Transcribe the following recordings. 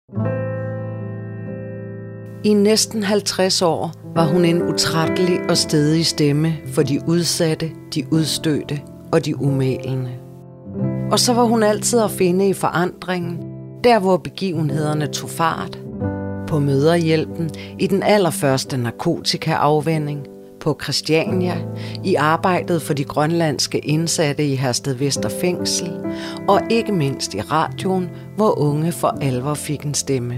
I næsten 50 år var hun en utrættelig og stædig stemme for de udsatte, de udstødte og de umælende. Og så var hun altid at finde i forandringen, der hvor begivenhederne tog fart. På Mødrehjælpen, i den allerførste narkotikaafvænning, på Christiania, i arbejdet for de grønlandske indsatte i Herstedvester Fængsel, og ikke mindst i radioen, hvor unge for alvor fik en stemme.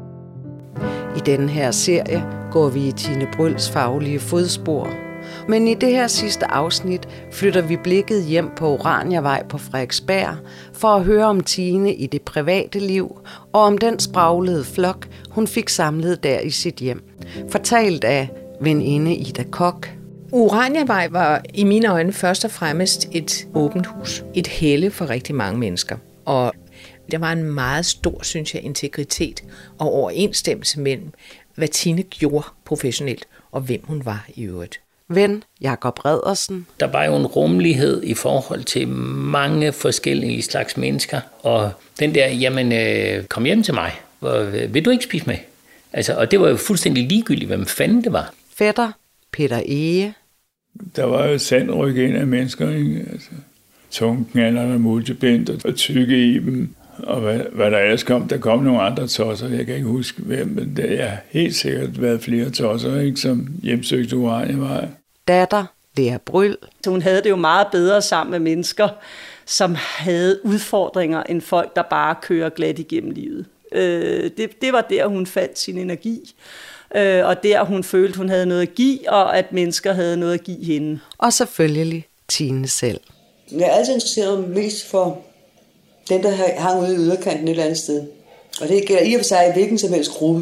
I denne her serie går vi i Tine Bryls faglige fodspor, men i det her sidste afsnit flytter vi blikket hjem på Oraniavej på Frederiksberg for at høre om Tine i det private liv og om den spraglede flok, hun fik samlet der i sit hjem. Fortalt af veninde Ida Kok. Oraniavej var i mine øjne først og fremmest et åbent hus. Et helle for rigtig mange mennesker. Og der var en meget stor, synes jeg, integritet og overensstemmelse mellem, hvad Tine gjorde professionelt og hvem hun var i øvrigt. Ven Jakob Redersen. Der var jo en rummelighed i forhold til mange forskellige slags mennesker. Og den der, jamen, kom hjem til mig. Vil du ikke spise med? Altså, og det var jo fuldstændig ligegyldigt, hvem fanden det var. Fætter Peter Ege. Der var jo sandryk ind af mennesker, ikke? Altså, tungknalderne, multibind og tykke i dem. Og hvad der ellers kom, der kom nogle andre tosser. Jeg kan ikke huske hvem, men der har helt sikkert været flere tosser, ikke, som hjemsøgte Oraniavej. Datter Lea Bryl. Så hun havde det jo meget bedre sammen med mennesker, som havde udfordringer, end folk, der bare kører glat igennem livet. Det var der, hun fandt sin energi, og der hun følte, hun havde noget at give, og at mennesker havde noget at give hende. Og selvfølgelig Tine selv. Jeg er altid interesseret mest for den, der hang ude i yderkanten et eller andet sted. Og det gælder i og for sig i hvilken som helst gruppe.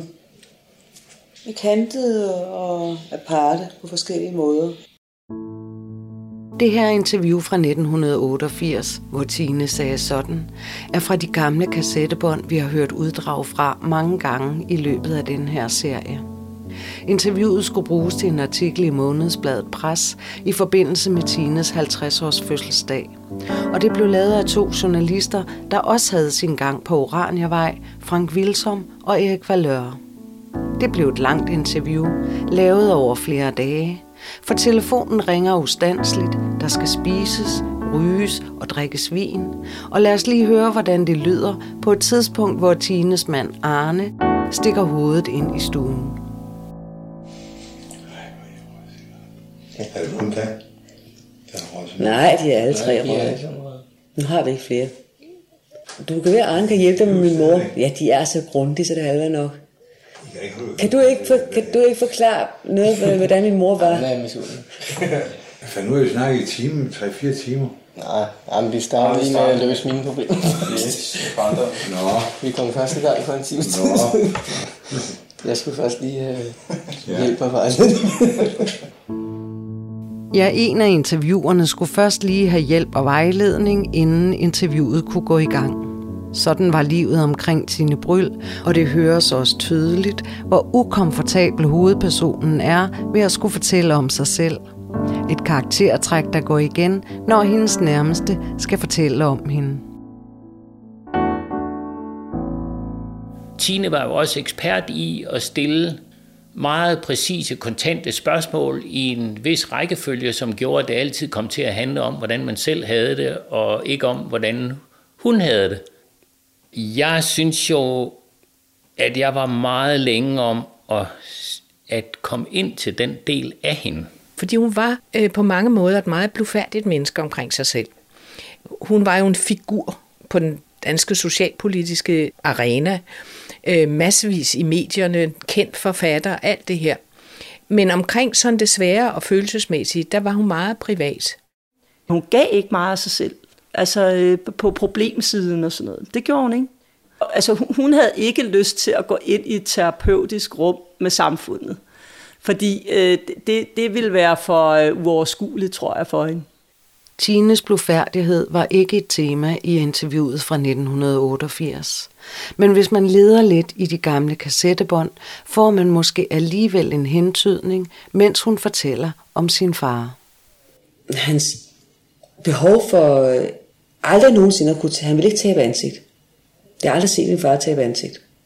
Kantet og aparte på forskellige måder. Det her interview fra 1988, hvor Tine sagde sådan, er fra de gamle kassettebånd, vi har hørt uddrag fra mange gange i løbet af den her serie. Interviewet skulle bruges til en artikel i månedsbladet Pres i forbindelse med Tines 50-års fødselsdag. Og det blev lavet af 2 journalister, der også havde sin gang på Oraniavej, Frank Wilsom og Erik Valeur. Det blev et langt interview, lavet over flere dage, for telefonen ringer ustandsligt, der skal spises, ryges og drikkes vin. Og lad os lige høre, hvordan det lyder på et tidspunkt, hvor Tines mand Arne stikker hovedet ind i stuen. Er det kun dig? Nej, de er alle 3 røde. Nu har vi ikke flere. Du kan være, at Arne kan hjælpe dig med min mor. Ja, de er så grundige, så det halve nok. Kan du ikke forklare noget, hvordan min mor var? Nej, med solen. Nu har jeg snakket i timen, 3-4 timer. Nej, men vi starter lige med at løse mine problemer. Yes, Nå. Vi kom første gang for en time siden. Jeg skulle først lige hjælpe på vejledning. Ja, en af interviewerne skulle først lige have hjælp og vejledning, inden interviewet kunne gå i gang. Sådan var livet omkring Tine Bryl, og det høres også tydeligt, hvor ukomfortabel hovedpersonen er ved at skulle fortælle om sig selv. Et karaktertræk, der går igen, når hendes nærmeste skal fortælle om hende. Tine var jo også ekspert i at stille meget præcise, kontante spørgsmål i en vis rækkefølge, som gjorde, at det altid kom til at handle om, hvordan man selv havde det, og ikke om, hvordan hun havde det. Jeg synes jo, at jeg var meget længe om at komme ind til den del af hende. Fordi hun var på mange måder et meget blufærdigt menneske omkring sig selv. Hun var jo en figur på den danske socialpolitiske arena, massevis i medierne, kendt forfatter, alt det her. Men omkring sådan det svære og følelsesmæssige, der var hun meget privat. Hun gav ikke meget af sig selv, altså på problemsiden og sådan noget. Det gjorde hun ikke. Altså hun havde ikke lyst til at gå ind i et terapeutisk rum med samfundet. Fordi det ville være for uoverskueligt, tror jeg, for hende. Tines blufærdighed var ikke et tema i interviewet fra 1988. Men hvis man leder lidt i de gamle kassettebånd, får man måske alligevel en hentydning, mens hun fortæller om sin far. Hans behov for aldrig nogensinde at kunne han ville ikke tabe ansigt. Jeg har aldrig set min far tabe ansigt.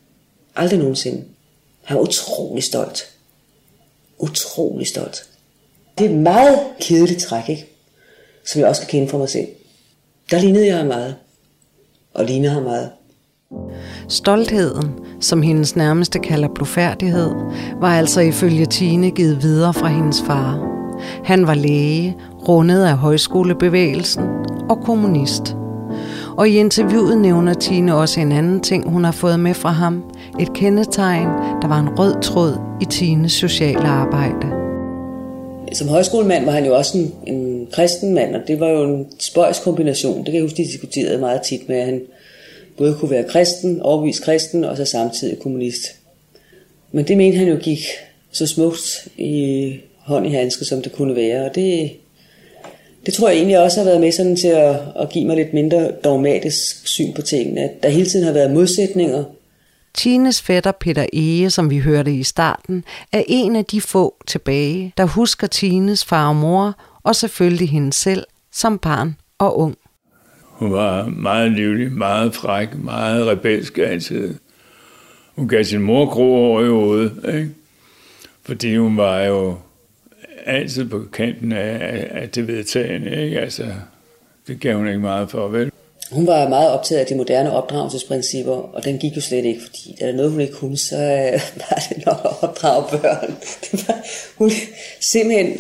Aldrig nogensinde. Han var utrolig stolt. Utrolig stolt. Det er et meget kedeligt træk, ikke? Som jeg også kan kende fra mig selv. Der lignede jeg ham meget. Og ligner ham meget. Stoltheden, som hendes nærmeste kalder blufærdighed, var altså ifølge Tine givet videre fra hendes far. Han var læge, rundet af højskolebevægelsen og kommunist. Og i interviewet nævner Tine også en anden ting, hun har fået med fra ham. Et kendetegn, der var en rød tråd i Tines sociale arbejde. Som højskolemand var han jo også en kristen mand, og det var jo en spøjs kombination. Det kan jeg huske, de diskuterede meget tit med, at han både kunne være kristen, overbevist kristen, og så samtidig kommunist. Men det mente han jo gik så smukt i hånd i handske, som det kunne være, og det tror jeg egentlig også har været med sådan til at give mig lidt mindre dogmatisk syn på tingene. At der hele tiden har været modsætninger. Tines fætter Peter Ege, som vi hørte i starten, er en af de få tilbage, der husker Tines far og mor, og selvfølgelig hende selv som barn og ung. Hun var meget livlig, meget fræk, meget rebelsk altid. Hun gav sin mor grå over i hovedet, ikke? Fordi hun var jo altid på kanten af det vedtagende, ikke? Altså, det gav hun ikke meget for, vel? Hun var meget optaget af de moderne opdragelsesprincipper, og den gik jo slet ikke, fordi er der noget, hun ikke kunne, så var det nok at opdrage børn. Hun simpelthen,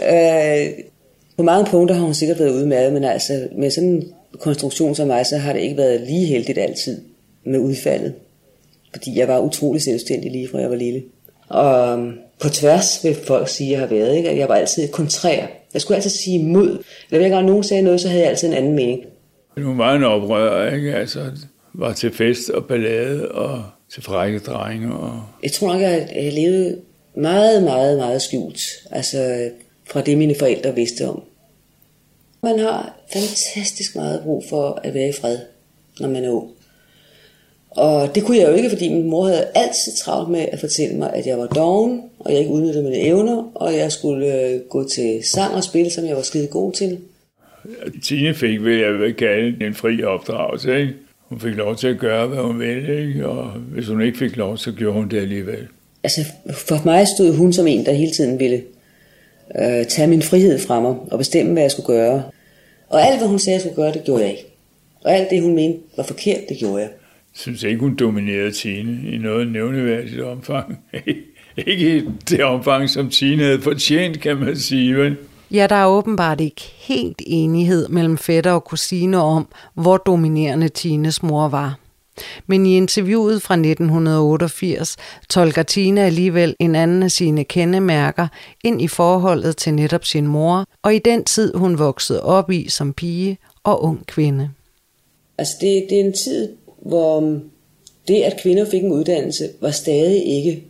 på mange punkter har hun sikkert været udmærket, men altså med sådan en konstruktion som mig, så har det ikke været lige heldigt altid med udfaldet. Fordi jeg var utrolig selvstændig lige fra jeg var lille. Og på tværs vil folk sige, at jeg har været, ikke? At jeg var altid kontrær. Jeg skulle altid sige imod. Eller hver gang nogen sagde noget, så havde jeg altid en anden mening. Hun var en oprører, ikke? Altså, var til fest og ballade og til frække drenge. Og... Jeg tror nok, at jeg levede meget, meget, meget skjult. Altså fra det, mine forældre vidste om. Man har fantastisk meget brug for at være i fred, når man er ung. Og det kunne jeg jo ikke, fordi min mor havde altid travlt med at fortælle mig, at jeg var doven, og jeg ikke udnyttede mine evner, og jeg skulle gå til sang og spil, som jeg var skide god til. Tine fik, vil jeg kalde, en fri opdragelse, ikke? Hun fik lov til at gøre, hvad hun ville, ikke? Og hvis hun ikke fik lov, så gjorde hun det alligevel. Altså, for mig stod hun som en, der hele tiden ville tage min frihed fra mig og bestemme, hvad jeg skulle gøre. Og alt, hvad hun sagde, jeg skulle gøre, det gjorde jeg ikke. Og alt det, hun mente var forkert, det gjorde jeg. Jeg synes ikke, hun dominerede Tine i noget nævneværdigt omfang. Ikke i det omfang, som Tine havde fortjent, kan man sige, vel? Ja, der er åbenbart ikke helt enighed mellem fætter og kusiner om, hvor dominerende Tines mor var. Men i interviewet fra 1988 tolker Tine alligevel en anden af sine kendemærker ind i forholdet til netop sin mor, og i den tid, hun voksede op i som pige og ung kvinde. Altså det er en tid, hvor det, at kvinder fik en uddannelse, var stadig ikke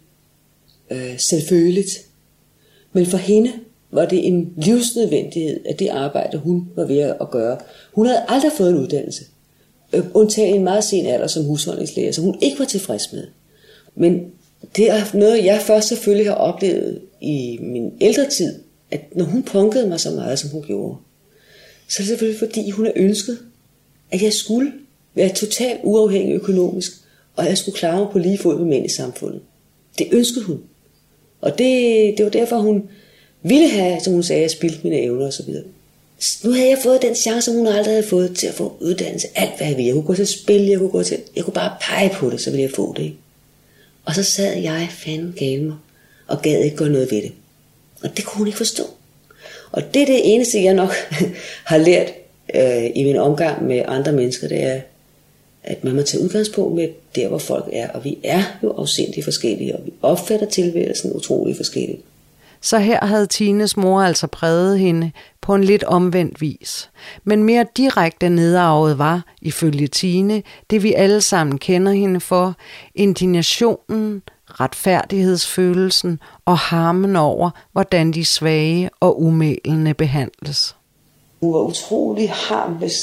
selvfølgeligt. Men for hende var det en livsnødvendighed af det arbejde, hun var ved at gøre. Hun havde aldrig fået en uddannelse. Undtagen en meget sen alder som husholdningslærer, som hun ikke var tilfreds med. Men det er noget, jeg først selvfølgelig har oplevet i min ældre tid, at når hun punkede mig så meget, som hun gjorde, så er det selvfølgelig fordi, hun har ønsket, at jeg skulle være totalt uafhængig økonomisk, og jeg skulle klare mig på lige fod med mænd i samfundet. Det ønskede hun. Og det var derfor, hun ville have, som hun sagde, at spildt mine evner og så videre. Nu havde jeg fået den chance, som hun aldrig havde fået, til at få uddannelse. Alt hvad jeg ville. Jeg kunne gå til spil, jeg kunne bare pege på det, så ville jeg få det. Ikke? Og så sad jeg fanden gale mig, og gad ikke gøre noget ved det. Og det kunne hun ikke forstå. Og det er det eneste, jeg nok har lært i min omgang med andre mennesker, det er, at man må tage udgangspunkt med der, hvor folk er. Og vi er jo afsindigt forskellige, og vi opfatter tilværelsen utrolig forskelligt. Så her havde Tines mor altså præget hende på en lidt omvendt vis. Men mere direkte nedarvet var, ifølge Tine, det vi alle sammen kender hende for, indignationen, retfærdighedsfølelsen og harmen over, hvordan de svage og umælende behandles. Hun var utrolig harm, hvis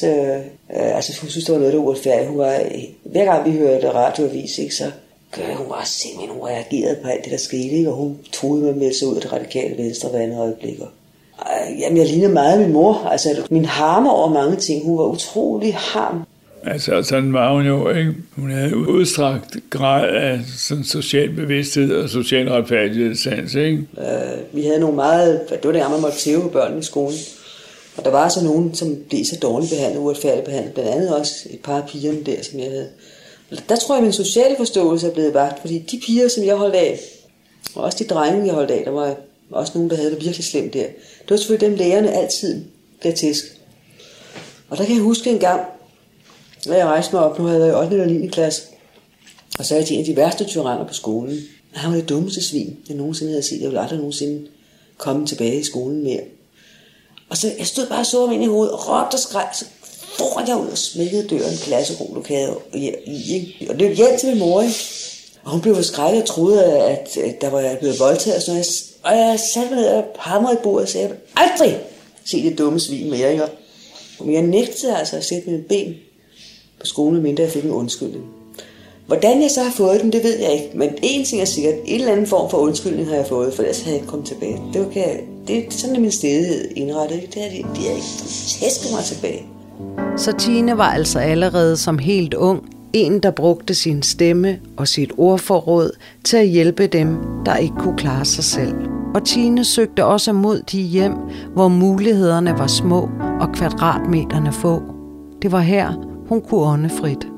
hun synes, der var noget, der var uretfærdigt. Hun var, hver gang vi hørte radioavis, ikke, så hun var simpelthen, hun reagerede på alt det, der skete, ikke? Og hun troede med at melde sig ud af det radikale venstre hver andet øjeblik. Jamen, jeg ligner meget min mor. Altså, min harme over mange ting. Hun var utrolig harm. Altså, sådan var hun jo, ikke? Hun havde en udstrakt grad af sådan social bevidsthed og social retfærdighedssans, ikke? Vi havde nogle meget... Det var det, man måtte tæve på børnene i skolen. Og der var så nogen, som blev så dårligt behandlet, uretfærdigt behandlet. Blandt andet også et par af pigerne der, som jeg havde. Der tror jeg, min sociale forståelse er blevet vagt, fordi de piger, som jeg holdt af, og også de drenge, jeg holdt af, der var også nogen, der havde det virkelig slemt der. Det var selvfølgelig dem, lærerne altid blev tæsk. Og der kan jeg huske en gang, når jeg rejste mig op, nu havde jeg været i 8. eller 9. klasse, og så er jeg til en af de værste tyranner på skolen. Han var det dummeste svin, jeg nogensinde havde set. Jeg ville aldrig nogensinde komme tilbage i skolen mere. Og så jeg stod bare og så ham ind i hovedet, og råbte og skreg, så foran jeg ud og smækkede døren i klasserumlokalet og løb hjem til min mor, ikke? Og hun blev forskrækket og troede, at der var blevet voldtaget og sådan noget. Og jeg satte mig ned og hamrede i bordet og sagde, jeg vil aldrig se det dumme svin mere, ikke? Men jeg nægtede altså at sætte mine ben på skolen, mindre jeg fik en undskyldning. Hvordan jeg så har fået den, det ved jeg ikke. Men en ting er sikkert, en eller anden form for undskyldning har jeg fået, for ellers havde jeg ikke kommet tilbage. Det er sådan, at min stedighed indrettet. Det er ikke tæsket mig tilbage. Så Tine var altså allerede som helt ung en, der brugte sin stemme og sit ordforråd til at hjælpe dem, der ikke kunne klare sig selv. Og Tine søgte også mod de hjem, hvor mulighederne var små og kvadratmeterne få. Det var her, hun kunne ånde frit.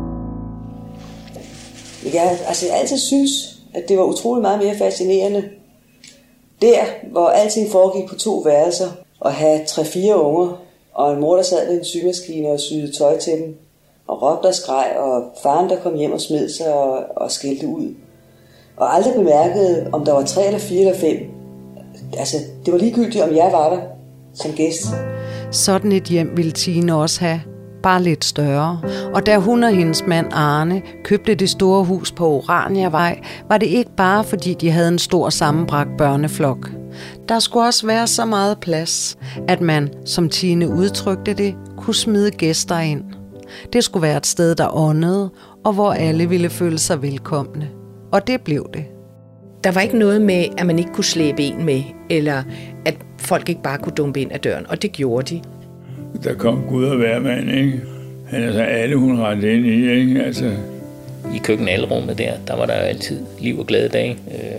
Jeg altid synes, at det var utrolig meget mere fascinerende. Der, hvor alting foregik på 2 værelser, og have 3-4 unger, og en mor, der sad ved en symaskine og syede tøj til dem, og råbte og skreg, og faren, der kom hjem og smed sig og skældte ud. Og aldrig bemærkede, om der var 3 eller 4 eller 5. Altså, det var ligegyldigt, om jeg var der som gæst. Sådan et hjem ville Tine også have, bare lidt større. Og da hun og hendes mand Arne købte det store hus på Oraniavej, var det ikke bare fordi de havde en stor sammenbragt børneflok. Der skulle også være så meget plads, at man, som Tine udtrykte det, kunne smide gæster ind. Det skulle være et sted, der åndede, og hvor alle ville føle sig velkomne. Og det blev det. Der var ikke noget med, at man ikke kunne slæbe en med, eller at folk ikke bare kunne dumpe ind ad døren, og det gjorde de. Der kom Gud og hvermand, ikke? Han er så alle, hun rendte ind i, ikke? Altså. I køkkenalrummet der var der jo altid liv og glade dage.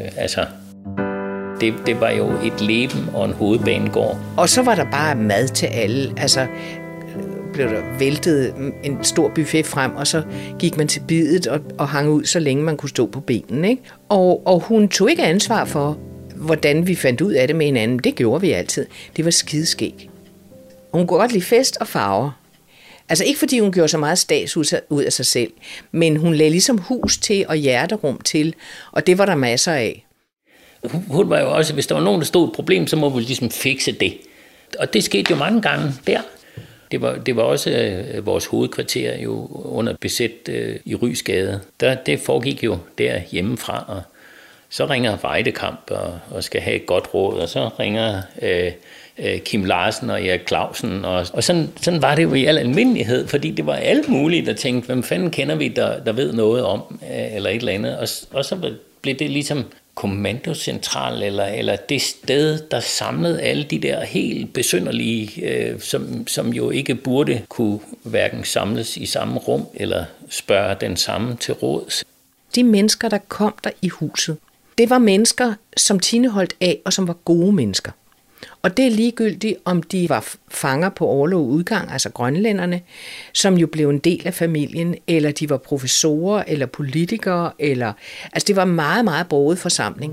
Det var jo et leben og en hovedbanegård. Og så var der bare mad til alle. Altså blev der væltet en stor buffet frem, og så gik man til bidet og hang ud, så længe man kunne stå på benene, ikke? Og hun tog ikke ansvar for, hvordan vi fandt ud af det med hinanden. Det gjorde vi altid. Det var skideskæg. Hun kunne godt lide fest og farver. Altså ikke fordi hun gjorde så meget stas ud af sig selv, men hun lagde ligesom hus til og hjerterum til, og det var der masser af. Hun var jo også, hvis der var nogen, der stod et problem, så må vi ligesom fikse det. Og det skete jo mange gange der. Det var også vores hovedkvarter jo under besæt i Rysgade. Det foregik jo der hjemmefra, og så ringer Vejdekamp og skal have et godt råd, og så ringer Kim Larsen og Erik Clausen. Og sådan var det jo i al almindelighed, fordi det var alle mulige, der tænkte, hvem fanden kender vi, der ved noget om, eller et eller andet. Og så blev det ligesom kommandocentral, eller det sted, der samlede alle de der helt besynderlige, som jo ikke burde kunne hverken samles i samme rum, eller spørge den samme til råds. De mennesker, der kom der i huset, det var mennesker, som Tine holdt af, og som var gode mennesker. Og det er ligegyldigt, om de var fanger på orlov udgang, altså grønlænderne, som jo blev en del af familien, eller de var professorer, eller politikere, altså det var en meget, meget broget forsamling.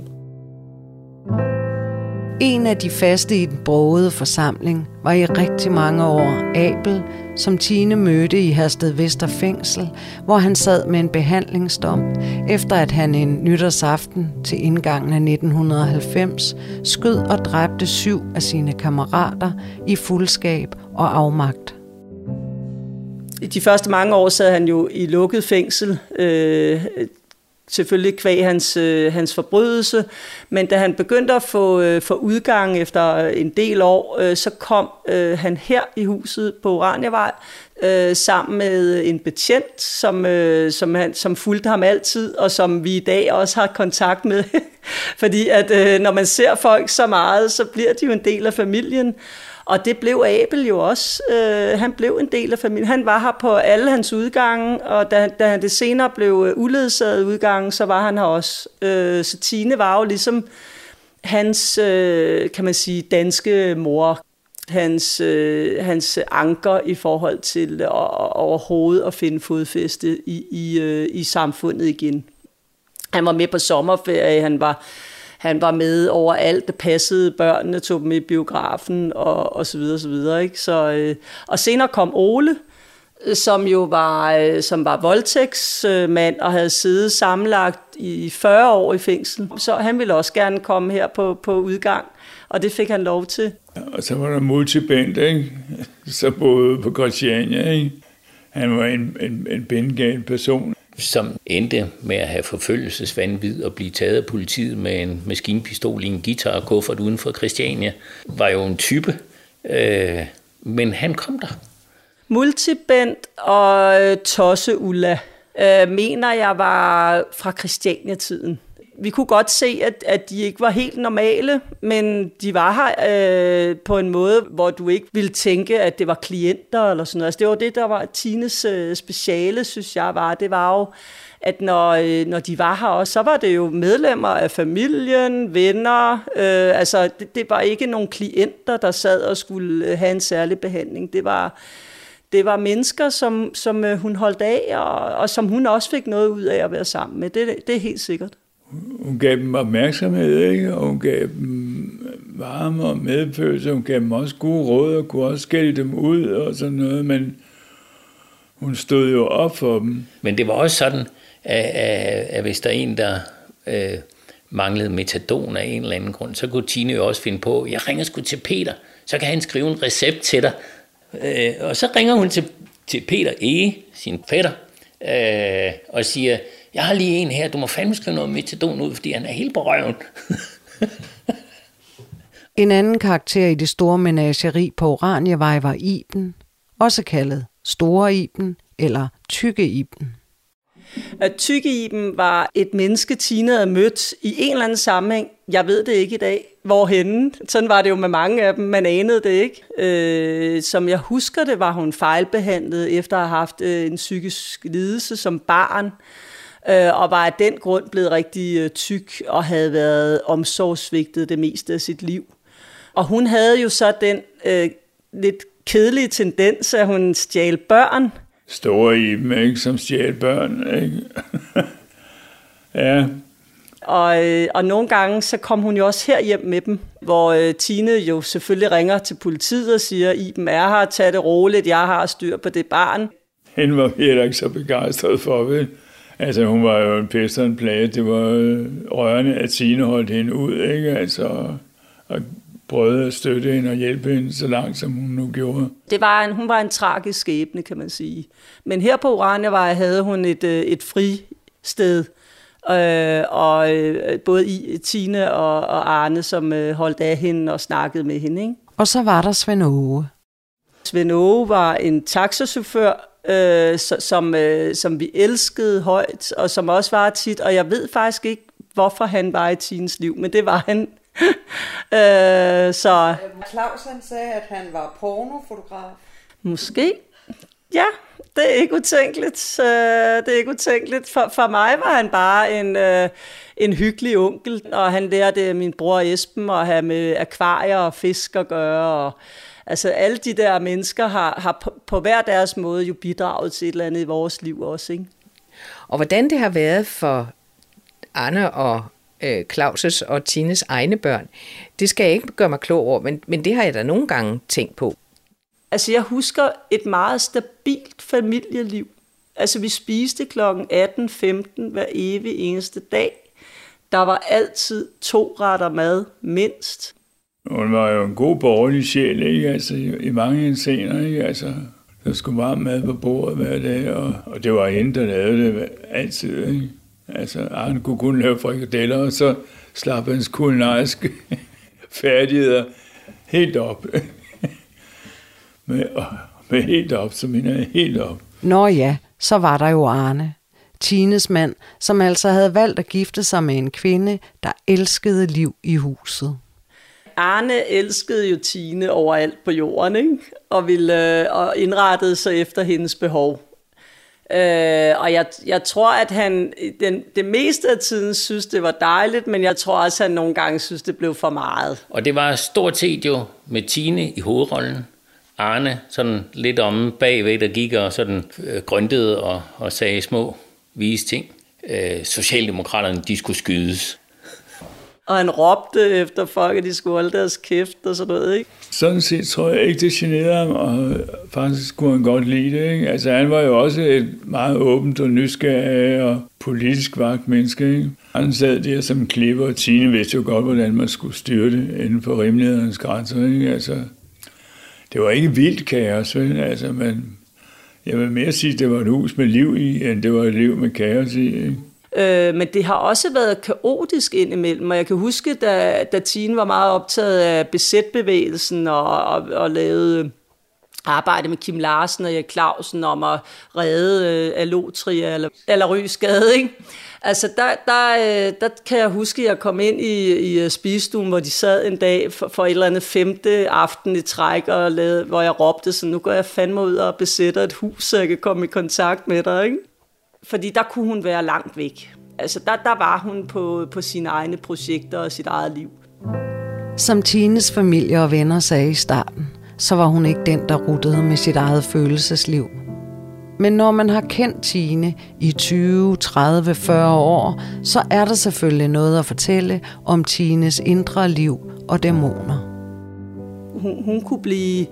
En af de faste i den brogede forsamling var i rigtig mange år Abel, som Tine mødte i Hersted Vester Fængsel, hvor han sad med en behandlingsdom, efter at han en nytårsaften til indgangen af 1990 skød og dræbte 7 af sine kammerater i fuldskab og afmagt. I de første mange år sad han jo i lukket fængsel, selvfølgelig kvæg hans forbrydelse, men da han begyndte at få udgang efter en del år, så kom han her i huset på Oraniavej sammen med en betjent, som fulgte ham altid, og som vi i dag også har kontakt med. Fordi at når man ser folk så meget, så bliver de jo en del af familien. Og det blev Abel jo også. Han blev en del af familien. Han var her på alle hans udgange, og da det senere blev uledsaget udgange, så var han her også. Så Tine var jo ligesom hans, kan man sige, danske mor. Hans anker i forhold til overhovedet at finde fodfæste i samfundet igen. Han var med på sommerferie, han var med overalt, det passede børnene, tog dem i biografen og så videre, så videre, ikke? Og senere kom Ole, som jo var voldtægtsmand og havde siddet sammenlagt i 40 år i fængsel. Så han ville også gerne komme her på udgang, og det fik han lov til. Og så var der Multiband, ikke? Så boede på Christiania, ikke? Han var en bengal person. Som endte med at have forfølgelsesvanvid og blive taget af politiet med en maskinpistol i en guitarkuffert uden for Christiania, var jo en type, men han kom der. Multiband og Tosse Ulla mener jeg var fra Christiania-tiden. Vi kunne godt se, at de ikke var helt normale, men de var her på en måde, hvor du ikke ville tænke, at det var klienter eller sådan noget. Altså, det var det, der var Tines speciale, synes jeg var. Det var jo, at når de var her også, så var det jo medlemmer af familien, venner. Altså, det var ikke nogen klienter, der sad og skulle have en særlig behandling. Det var mennesker, som hun holdt af, og som hun også fik noget ud af at være sammen med. Det er helt sikkert. Hun gav dem opmærksomhed, ikke? Og hun gav dem varme og medfølelse. Hun gav dem også gode råd og kunne også skælde dem ud og sådan noget, men hun stod jo op for dem. Men det var også sådan, at hvis der er en, der manglede metadon af en eller anden grund, så kunne Tine jo også finde på, jeg ringer sgu til Peter, så kan han skrive en recept til dig. Og så ringer hun til Peter sin fætter, og siger, jeg har lige en her, du må fandme skrive noget metadon ud, fordi han er helt på røven. En anden karakter i det store menageri på Oranienvej var Iben, også kaldet Store Iben eller Tykke Iben. At Tykke Iben var et menneske, Tine havde mødt i en eller anden sammenhæng. Jeg ved det ikke i dag. Hvorhenne? Sådan var det jo med mange af dem. Man anede det ikke. Som jeg husker det, var hun fejlbehandlet efter at have haft en psykisk lidelse som barn. Og var af den grund blevet rigtig tyk og havde været omsorgsvigtet det meste af sit liv. Og hun havde jo så den lidt kedelige tendens, at hun stjal børn. Store Iben, ikke? Som stjal børn, ikke? Ja. Og nogle gange, så kom hun jo også herhjem med dem, hvor Tine jo selvfølgelig ringer til politiet og siger, Iben er her, tag det roligt, jeg har styr på det barn. Hende var heller ikke så begejstret for, vel? Altså, hun var jo en pest og en plage. Det var rørende, at Tine holdt hende ud, ikke? Altså, og prøvede at støtte hende og hjælpe hende så langt, som hun nu gjorde. Hun var en tragisk skæbne, kan man sige. Men her på Oranienvej havde hun et fristed, og både Tine og Arne, som holdt af hende og snakkede med hende, ikke? Og så var der Svend Åge. Svend Åge var en taxachauffør, som vi elskede højt, og som også var tit, og jeg ved faktisk ikke, hvorfor han var i Tines liv, men det var han. Så Claus han sagde, at han var pornofotograf. Måske. Ja, det er ikke utænkeligt. For mig var han bare en hyggelig onkel, og han lærte min bror Esben at have med akvarier og fisk at gøre, og altså alle de der mennesker har på hver deres måde jo bidraget til et eller andet i vores liv også, ikke? Og hvordan det har været for Anne og Claus' og Tines egne børn, det skal jeg ikke gøre mig klog over, men det har jeg da nogle gange tænkt på. Altså jeg husker et meget stabilt familieliv. Altså vi spiste kl. 18:15 hver evig eneste dag. Der var altid 2 retter mad, mindst. Hun var jo en god borgerlig sjæl, ikke? Altså i mange henseender, ikke? Altså der skulle varm mad på bordet hver dag, og det var hende, der lavede det altid, ikke? Altså Arne kunne kun lave frikadeller, og så slap hans kulinariske færdigheder helt op. med helt op, så mener jeg helt op. Nå ja, så var der jo Arne, Tines mand, som altså havde valgt at gifte sig med en kvinde, der elskede liv i huset. Arne elskede jo Tine overalt på jorden, ikke? Og indrettede sig efter hendes behov. Og jeg tror, at han det meste af tiden synes, det var dejligt, men jeg tror også, at han nogle gange synes, det blev for meget. Og det var stort set jo med Tine i hovedrollen. Arne sådan lidt om bagved, der gik og sådan grøntede og sagde små vise ting. Socialdemokraterne, de skulle skydes. Og han råbte efter folk, at de skulle holde deres kæft og sådan noget, ikke? Sådan set tror jeg ikke, det generede ham, og faktisk kunne han godt lide det, ikke? Altså han var jo også et meget åbent og nysgerrig og politisk vagt menneske, ikke? Han sad der som klipper, og Tine vidste jo godt, hvordan man skulle styre det inden for rimelighedernes grænser, ikke? Altså, det var ikke vildt kaos, vel? Altså, men jeg vil mere sige, at det var et hus med liv i, end det var et liv med kaos i, ikke? Men det har også været kaotisk indimellem, og jeg kan huske, da Tine var meget optaget af BZ-bevægelsen og lavede arbejde med Kim Larsen og Erik Clausen om at redde Allotria eller Rysgade, ikke? Altså, der kan jeg huske, at jeg kom ind i spisestuen, hvor de sad en dag for et eller andet 5. aften i træk, hvor jeg råbte, så nu går jeg fandme ud og besætter et hus, så jeg kan komme i kontakt med dig, ikke? Fordi der kunne hun være langt væk. Altså, der var hun på sine egne projekter og sit eget liv. Som Tines familie og venner sagde i starten, så var hun ikke den, der ruttede med sit eget følelsesliv. Men når man har kendt Tine i 20, 30, 40 år, så er der selvfølgelig noget at fortælle om Tines indre liv og dæmoner. Hun kunne blive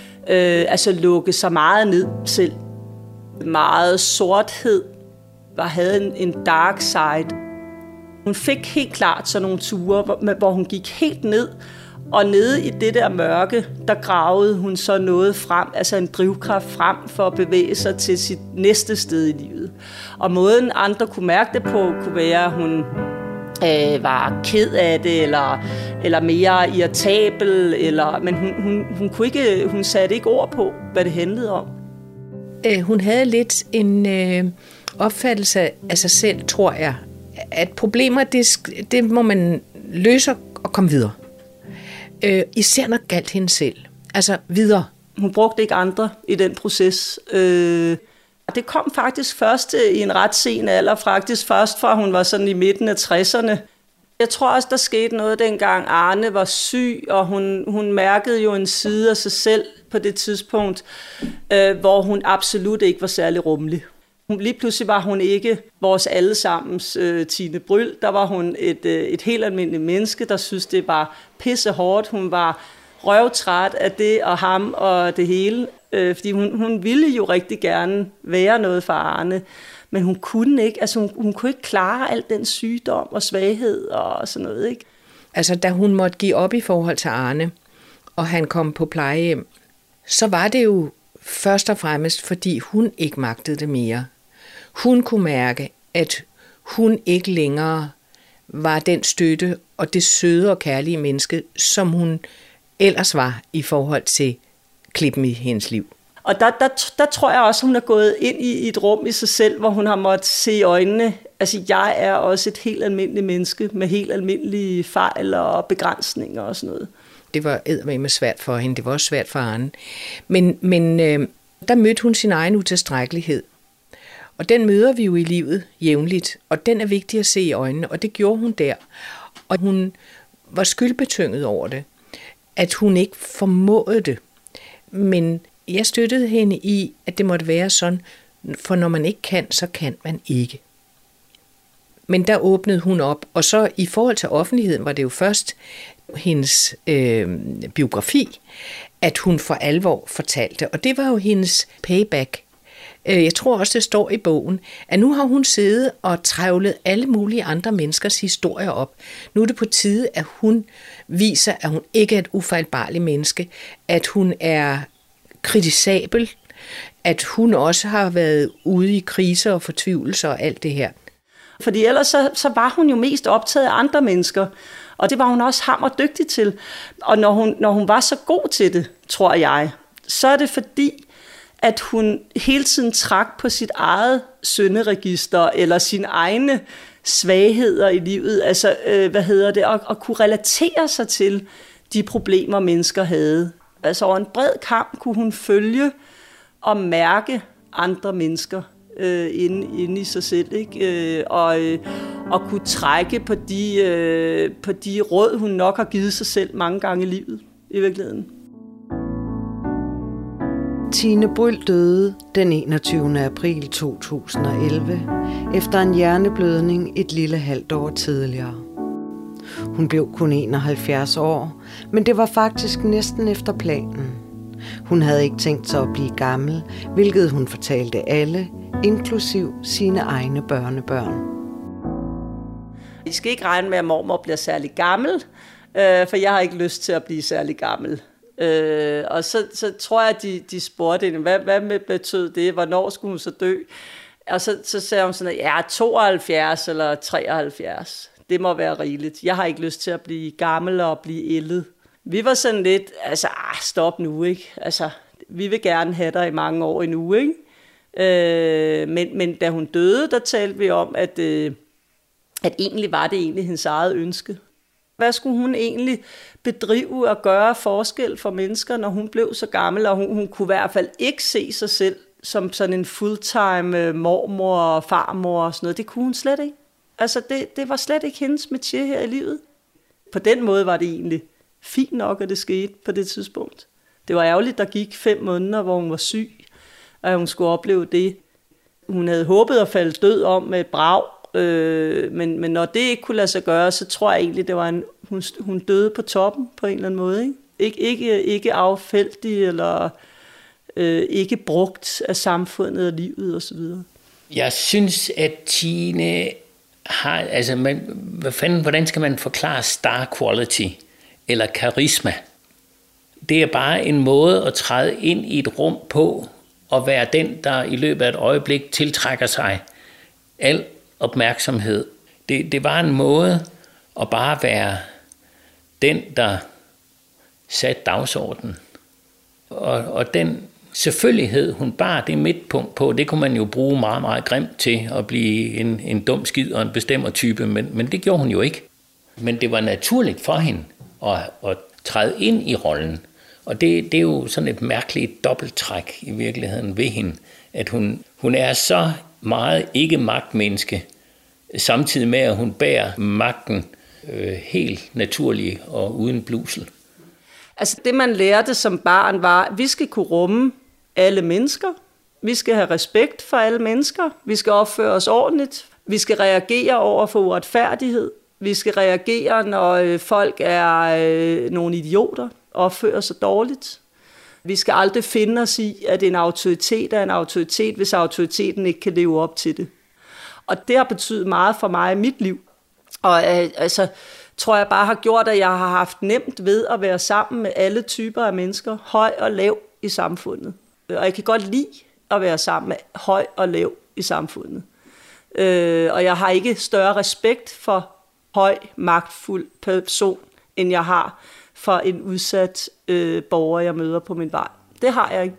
lukke sig meget ned selv. Meget sorthed, havde en dark side. Hun fik helt klart sådan nogle ture, hvor hun gik helt ned, og nede i det der mørke, der gravede hun så noget frem, altså en drivkraft frem for at bevæge sig til sit næste sted i livet. Og måden andre kunne mærke det på, kunne være, at hun var ked af det, eller mere irritabel, men hun satte ikke ord på, hvad det handlede om. Hun havde lidt en opfattelse af sig selv, tror jeg, at problemer, det må man løse og komme videre. Især når galt hende selv. Altså videre. Hun brugte ikke andre i den proces. Det kom faktisk først i en ret sen alder, faktisk først fra hun var sådan i midten af 60'erne. Jeg tror også, der skete noget dengang Arne var syg, og hun mærkede jo en side af sig selv på det tidspunkt, hvor hun absolut ikke var særlig rummelig. Lige pludselig var hun ikke vores allesammens Tine Bryld. Der var hun et helt almindeligt menneske, der synes det var pissehårdt. Hun var røvtræt af det og ham og det hele, fordi hun ville jo rigtig gerne være noget for Arne, men hun kunne ikke. Altså hun kunne ikke klare al den sygdom og svaghed og sådan noget, ikke? Altså da hun måtte give op i forhold til Arne, og han kom på plejehjem, så var det jo først og fremmest, fordi hun ikke magtede det mere. Hun kunne mærke, at hun ikke længere var den støtte og det søde og kærlige menneske, som hun ellers var i forhold til Klippen i hendes liv. Og der tror jeg også, hun er gået ind i et rum i sig selv, hvor hun har måttet se i øjnene. Altså, jeg er også et helt almindeligt menneske med helt almindelige fejl og begrænsninger og sådan noget. Det var eddermame svært for hende. Det var også svært for Arne. Men der mødte hun sin egen utilstrækkelighed. Og den møder vi jo i livet jævnligt. Og den er vigtig at se i øjnene. Og det gjorde hun der. Og hun var skyldbetynget over det. At hun ikke formåede det. Men jeg støttede hende i, at det måtte være sådan. For når man ikke kan, så kan man ikke. Men der åbnede hun op. Og så i forhold til offentligheden var det jo først hendes biografi, at hun for alvor fortalte. Og det var jo hendes payback. Jeg tror også, det står i bogen, at nu har hun siddet og trævlet alle mulige andre menneskers historier op. Nu er det på tide, at hun viser, at hun ikke er et ufejlbarligt menneske, at hun er kritisabel, at hun også har været ude i kriser og fortvivlelser og alt det her. Fordi ellers så var hun jo mest optaget af andre mennesker, og det var hun også hammerdygtig til. Og når hun var så god til det, tror jeg, så er det fordi, at hun hele tiden trak på sit eget synderegister, eller sine egne svagheder i livet, altså, og kunne relatere sig til de problemer, mennesker havde. Altså over en bred kamp kunne hun følge og mærke andre mennesker inde i sig selv, ikke? Og kunne trække på de råd, hun nok har givet sig selv mange gange i livet, i virkeligheden. Tine Bryld døde den 21. april 2011 efter en hjerneblødning et lille halvt år tidligere. Hun blev kun 71 år, men det var faktisk næsten efter planen. Hun havde ikke tænkt sig at blive gammel, hvilket hun fortalte alle, inklusiv sine egne børnebørn. I skal ikke regne med, at mormor bliver særlig gammel, for jeg har ikke lyst til at blive særlig gammel. Og så tror jeg, at de spurgte hende, hvad betød det? Hvornår skulle hun så dø? Og så sagde hun sådan, at 72 eller 73. Det må være rigeligt. Jeg har ikke lyst til at blive gammel og blive ældet. Vi var sådan lidt, altså, stop nu, ikke? Altså, vi vil gerne have dig i mange år endnu, ikke? Men da hun døde, der talte vi om, at egentlig var det egentlig hendes eget ønske. Hvad skulle hun egentlig bedrive og gøre forskel for mennesker, når hun blev så gammel, og hun kunne i hvert fald ikke se sig selv som sådan en fulltime mormor og farmor og sådan noget. Det kunne hun slet ikke. Altså, det var slet ikke hendes métier her i livet. På den måde var det egentlig fint nok, at det skete på det tidspunkt. Det var ærgerligt, der gik 5 måneder, hvor hun var syg, og hun skulle opleve det. Hun havde håbet at falde død om med et brag, men når det ikke kunne lade sig gøre, så tror jeg egentlig, det var hun døde på toppen på en eller anden måde. Ikke affældig eller ikke brugt af samfundet og livet osv. Jeg synes, at Tine har, altså hvordan skal man forklare star quality eller karisma? Det er bare en måde at træde ind i et rum på og være den, der i løbet af et øjeblik tiltrækker sig al opmærksomhed. Det var en måde at bare være den, der satte dagsordenen. Og den selvfølgelighed, hun bar det midtpunkt på, det kunne man jo bruge meget, meget grimt til at blive en dum skid og en bestemmertype, men det gjorde hun jo ikke. Men det var naturligt for hende at træde ind i rollen. Og det er jo sådan et mærkeligt dobbelttræk i virkeligheden ved hende, at hun er så meget ikke magtmenneske, samtidig med at hun bærer magten helt naturlig og uden blusel. Altså det man lærte som barn var, at vi skal kunne rumme alle mennesker, vi skal have respekt for alle mennesker, vi skal opføre os ordentligt, vi skal reagere over for uretfærdighed, vi skal reagere, når folk er nogle idioter, opfører sig dårligt. Vi skal aldrig finde os i, at en autoritet er en autoritet, hvis autoriteten ikke kan leve op til det. Og det har betydet meget for mig i mit liv. Og tror jeg bare har gjort, at jeg har haft nemt ved at være sammen med alle typer af mennesker, høj og lav i samfundet. Og jeg kan godt lide at være sammen med høj og lav i samfundet. Og jeg har ikke større respekt for høj, magtfuld person, end jeg har for en udsat borger, jeg møder på min vej. Det har jeg ikke.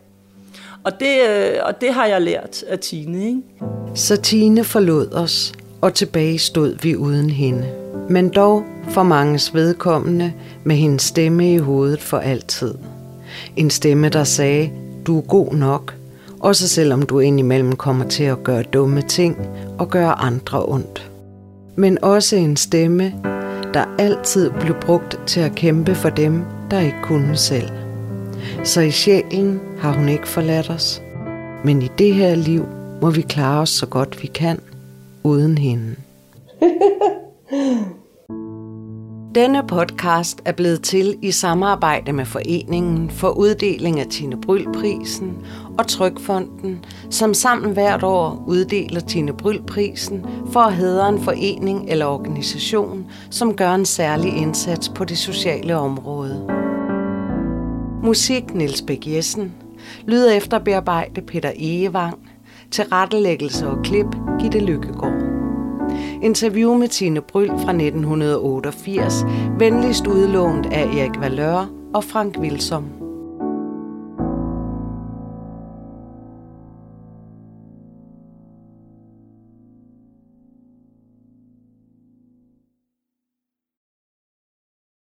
Og det har jeg lært af Tine, ikke? Så Tine forlod os, og tilbage stod vi uden hende. Men dog for manges vedkommende med hendes stemme i hovedet for altid. En stemme, der sagde, du er god nok, også selvom du indimellem kommer til at gøre dumme ting og gøre andre ondt. Men også en stemme, der altid blev brugt til at kæmpe for dem, der ikke kunne selv. Så i sjælen har hun ikke forladt os. Men i det her liv må vi klare os så godt vi kan, uden hende. Denne podcast er blevet til i samarbejde med Foreningen for uddeling af Tine Bryld-prisen og Trygfonden, som sammen hvert år uddeler Tine Bryld-prisen for at hædre en forening eller organisation, som gør en særlig indsats på det sociale område. Musik Niels Bæk Jessen, lyd efter bearbejde Peter Egevang, tilrettelæggelse og klip Gitte Lykkegaard. Interview med Tine Bryld fra 1988, venligst udlånt af Erik Valeur og Frank Wilsom.